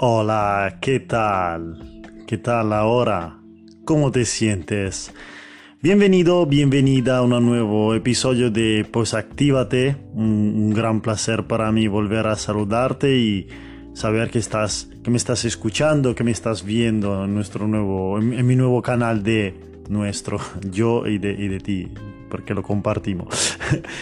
Hola, ¿qué tal? ¿Qué tal ahora? ¿Cómo te sientes? Bienvenido, bienvenida a un nuevo episodio de Pues Actívate. Un gran placer para mí volver a saludarte y saber que me estás escuchando, que me estás viendo en mi nuevo canal yo y de ti, porque lo compartimos.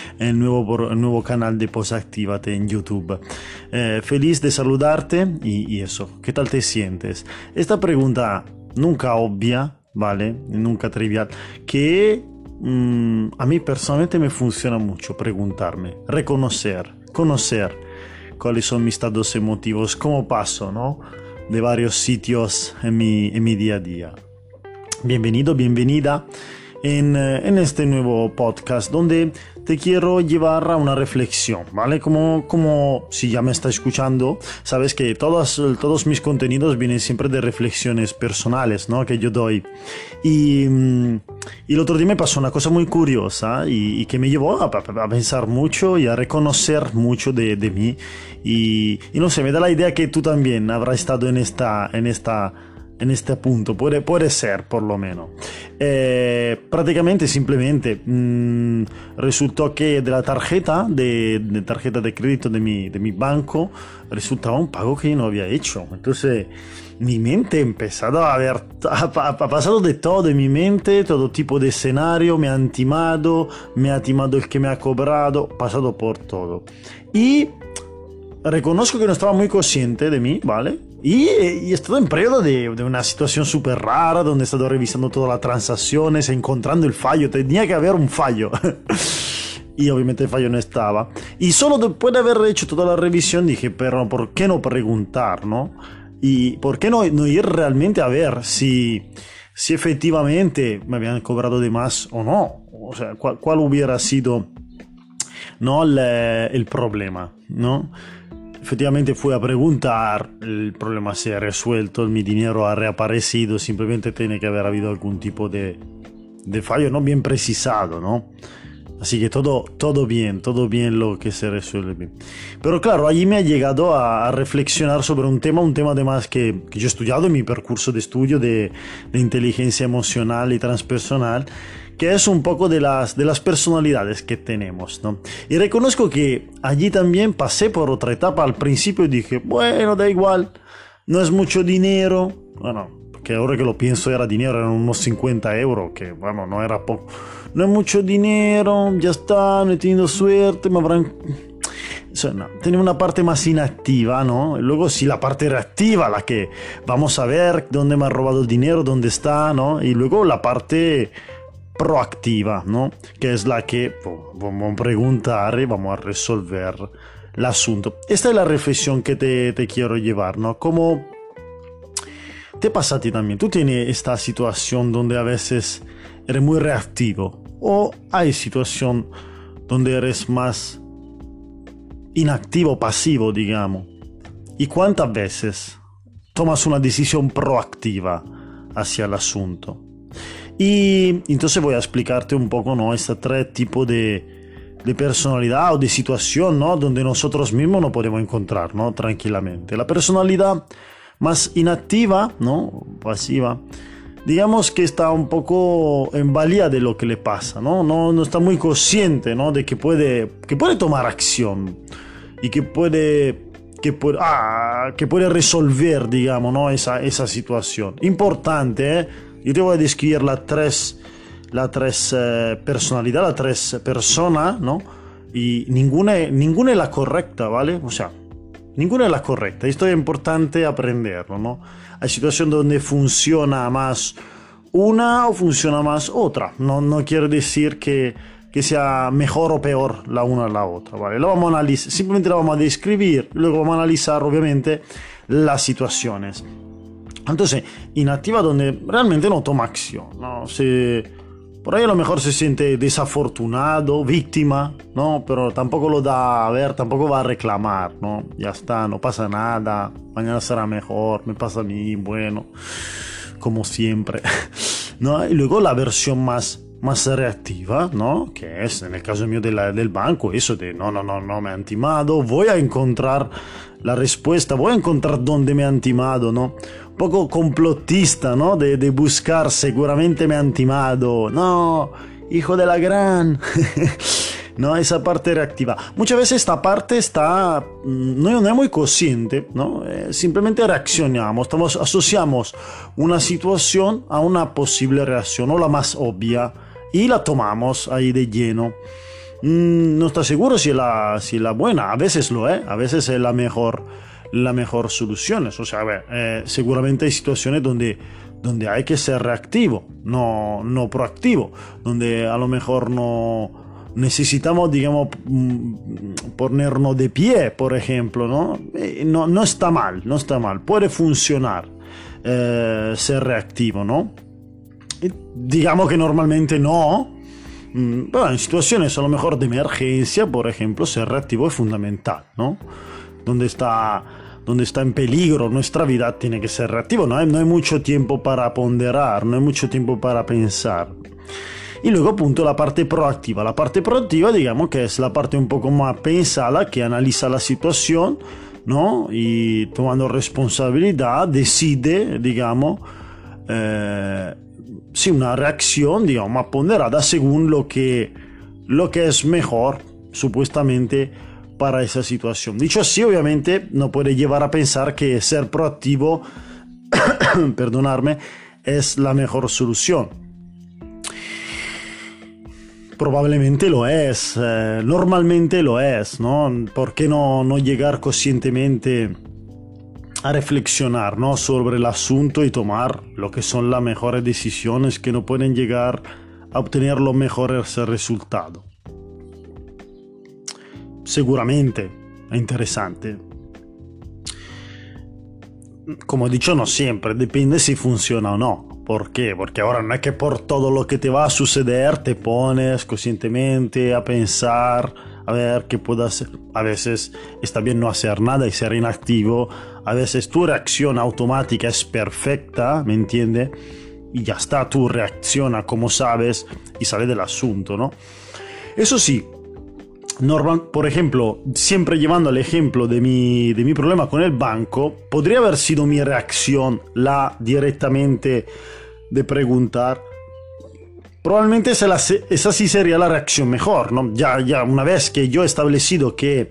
el nuevo canal de Pues Actívate en YouTube. Feliz de saludarte y eso, ¿qué tal te sientes? Esta pregunta nunca obvia, ¿vale? Nunca trivial, que a mí personalmente me funciona mucho preguntarme, conocer cuáles son mis estados emotivos, cómo paso, ¿no? De varios sitios en mi día a día. Bienvenido, bienvenida en este nuevo podcast donde te quiero llevar a una reflexión, ¿vale? Como si ya me estás escuchando, sabes que todos mis contenidos vienen siempre de reflexiones personales, ¿no? Que yo doy. Y el otro día me pasó una cosa muy curiosa y que me llevó a pensar mucho y a reconocer mucho de mí. Y no sé, me da la idea que tú también habrás estado en este punto, puede ser por lo menos. Praticamente simplemente resultó que de la tarjeta de crédito de mi banco resultaba un pago que yo no había hecho. Entonces mi mente ha empezado ha pasado de todo en mi mente, todo tipo de escenario, me ha timado el que me ha cobrado, pasado por todo. Y reconozco que no estaba muy consciente de mí, ¿vale? Y he estado en periodo de una situación súper rara, donde he estado revisando todas las transacciones, encontrando el fallo. Tenía que haber un fallo. Y obviamente el fallo no estaba. Y solo después de haber hecho toda la revisión dije, pero ¿por qué no preguntar, no? Y ¿por qué no ir realmente a ver si efectivamente me habían cobrado de más o no? O sea, cuál hubiera sido, ¿no? el problema, ¿no? Efectivamente fui a preguntar, el problema se ha resuelto, mi dinero ha reaparecido, simplemente tiene que haber habido algún tipo de fallo no bien precisado, ¿no? Así que todo bien lo que se resuelve bien. Pero claro, allí me ha llegado a reflexionar sobre un tema además que yo he estudiado en mi percurso de estudio de inteligencia emocional y transpersonal, que es un poco de las personalidades que tenemos, ¿no? Y reconozco que allí también pasé por otra etapa. Al principio dije, bueno, da igual, no es mucho dinero. Bueno, que ahora que lo pienso era dinero, eran unos 50 euros, que bueno, no era poco. No es mucho dinero, ya está, no he tenido suerte, me habrán... O sea, no, tenía una parte más inactiva, ¿no? Y luego sí, la parte reactiva, la que vamos a ver dónde me ha robado el dinero, dónde está, ¿no? Y luego la parte proactiva, ¿no? Que es la que vamos a preguntar y vamos a resolver el asunto. Esta es la reflexión que te quiero llevar, ¿no? ¿Cómo te pasa a ti también? ¿Tú tienes esta situación donde a veces eres muy reactivo o hay situación donde eres más inactivo, pasivo, digamos? ¿Y cuántas veces tomas una decisión proactiva hacia el asunto? Y entonces voy a explicarte un poco, ¿no? Estos tres tipos de personalidad o de situación, ¿no? Donde nosotros mismos nos podemos encontrar, ¿no? Tranquilamente. La personalidad más inactiva, ¿no? Pasiva, digamos que está un poco en valía de lo que le pasa, ¿no? No está muy consciente, ¿no? De que puede tomar acción y que puede resolver, digamos, ¿no? Esa situación. Importante, ¿eh? Yo te voy a describir las tres personalidades, las tres personas, ¿no? Y ninguna es la correcta, ¿vale? O sea, ninguna es la correcta. Esto es importante aprenderlo, ¿no? Hay situaciones donde funciona más una o funciona más otra. No quiere decir que sea mejor o peor la una o la otra, ¿vale? Lo vamos a analizar, simplemente la vamos a describir, luego vamos a analizar, obviamente, las situaciones. Entonces, inactiva donde realmente no toma acción, ¿no? Por ahí a lo mejor se siente desafortunado, víctima, ¿no? Pero tampoco lo da a ver, tampoco va a reclamar, ¿no? Ya está, no pasa nada, mañana será mejor, me pasa a mí, bueno, como siempre, ¿no? Y luego la versión más más reactiva, ¿no? Que es en el caso mío del banco, eso de no me han timado, voy a encontrar la respuesta, voy a encontrar dónde me han timado, ¿no? Un poco complotista, ¿no? De buscar, seguramente me han timado, no, hijo de la gran, ¿no? Esa parte reactiva. Muchas veces esta parte no es muy consciente, ¿no? Simplemente reaccionamos, asociamos una situación a una posible reacción o la más obvia y la tomamos ahí de lleno. No está seguro si es la buena, a veces lo es, a veces es la mejor solución. O sea, seguramente hay situaciones donde hay que ser reactivo, no proactivo, donde a lo mejor no necesitamos, digamos, ponernos de pie, por ejemplo, ¿no? No está mal, puede funcionar ser reactivo, ¿no? Y digamos que normalmente no, pero en situaciones a lo mejor de emergencia, por ejemplo, ser reactivo es fundamental, ¿no? Donde está en peligro nuestra vida tiene que ser reactivo, no hay mucho tiempo para ponderar, no hay mucho tiempo para pensar. Y luego appunto la parte proactiva. La parte proactiva, digamos que es la parte un poco más pensada, que analiza la situación, ¿no? Y tomando responsabilidad, decide, digamos, sí, una reacción, digamos, más ponderada según lo que es mejor, supuestamente, para esa situación. Dicho así, obviamente, no puede llevar a pensar que ser proactivo, perdonarme, es la mejor solución. Probablemente lo es, normalmente lo es, ¿no? ¿Por qué no llegar conscientemente a reflexionar, ¿no? Sobre el asunto y tomar lo que son las mejores decisiones que nos pueden llegar a obtener los mejores resultados? Seguramente è interessante. Como he dicho, no siempre, depende si funciona o no. ¿Por qué? Porque ahora no es que por todo lo que te va a suceder te pones conscientemente a pensar, a ver qué puedo hacer. A veces está bien no hacer nada y ser inactivo. A veces tu reacción automática es perfecta, ¿me entiendes? Y ya está, tú reacciona como sabes y sale del asunto, ¿no? Eso sí, por ejemplo, siempre llevando el ejemplo de mi problema con el banco, podría haber sido mi reacción directamente de preguntar. Probablemente esa sí sería la reacción mejor, ¿no? Ya una vez que yo he establecido que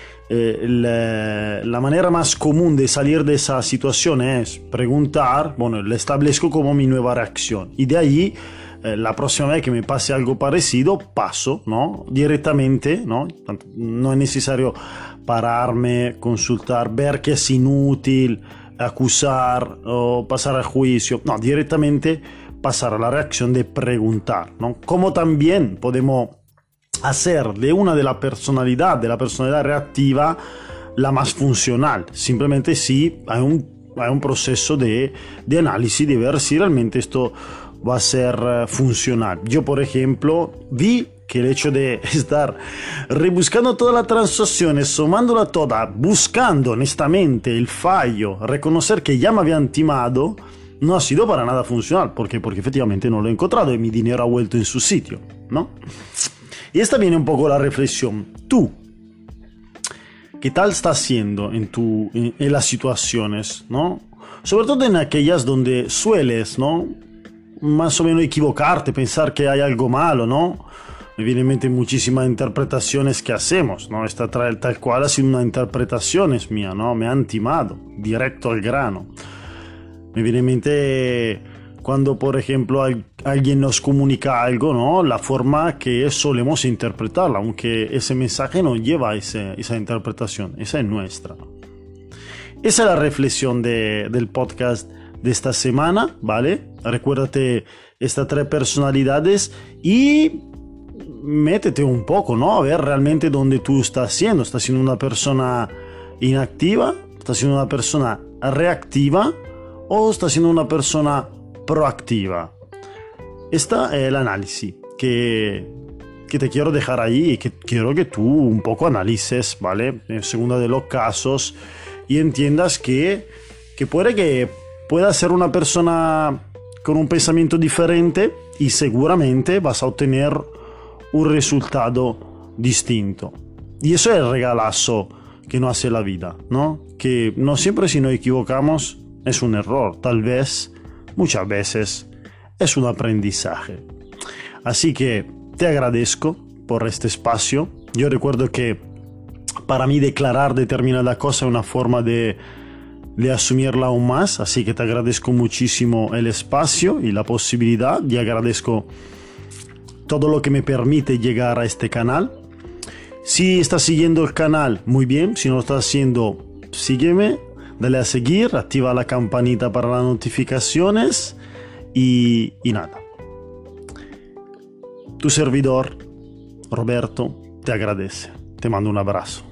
la manera más común de salir de esa situación es preguntar, bueno, le establezco como mi nueva reacción. Y de ahí, la próxima vez que me pase algo parecido, paso, ¿no? Directamente, ¿no? No es necesario pararme, consultar, ver que es inútil, acusar o pasar a juicio. No, directamente pasar a la reacción de preguntar, ¿no? Como también podemos hacer de la personalidad reactiva la más funcional. Simplemente si hay un proceso de análisis, de ver si realmente esto va a ser funcional. Yo, por ejemplo, vi que el hecho de estar rebuscando todas las transacciones, sumándola toda, buscando honestamente el fallo, reconocer que ya me habían timado, no ha sido para nada funcional. ¿Por qué? Porque efectivamente no lo he encontrado y mi dinero ha vuelto en su sitio, ¿no? Y esta viene un poco la reflexión. Tú, ¿qué tal estás haciendo en las situaciones, ¿no? Sobre todo en aquellas donde sueles, ¿no? Más o menos equivocarte, pensar que hay algo malo, ¿no? Me viene en mente muchísimas interpretaciones que hacemos, ¿no? Esta tal cual ha sido una interpretación es mía, ¿no? Me han timado, directo al grano. Me viene en mente cuando, por ejemplo, alguien nos comunica algo, ¿no? La forma que solemos interpretarla, aunque ese mensaje no lleva esa interpretación, esa es nuestra. Esa es la reflexión del podcast de esta semana, ¿vale? Recuérdate estas 3 personalidades y métete un poco, ¿no? A ver realmente dónde tú estás siendo. ¿Estás siendo una persona inactiva? ¿Estás siendo una persona reactiva? ¿O estás siendo una persona proactiva? Esta es el análisis que te quiero dejar ahí y que quiero que tú un poco analices, ¿vale? En segundo de los casos y entiendas que pueda ser una persona con un pensamiento diferente y seguramente vas a obtener un resultado distinto. Y eso es el regalazo que nos hace la vida, ¿no? Que no siempre si nos equivocamos es un error, tal vez, muchas veces, es un aprendizaje. Así que te agradezco por este espacio. Yo recuerdo que para mí declarar determinada cosa es una forma de asumirla aún más, así que te agradezco muchísimo el espacio y la posibilidad, y agradezco todo lo que me permite llegar a este canal. Si estás siguiendo el canal, muy bien. Si no lo estás haciendo, sígueme, dale a seguir, activa la campanita para las notificaciones y nada. Tu servidor, Roberto, te agradece. Te mando un abrazo.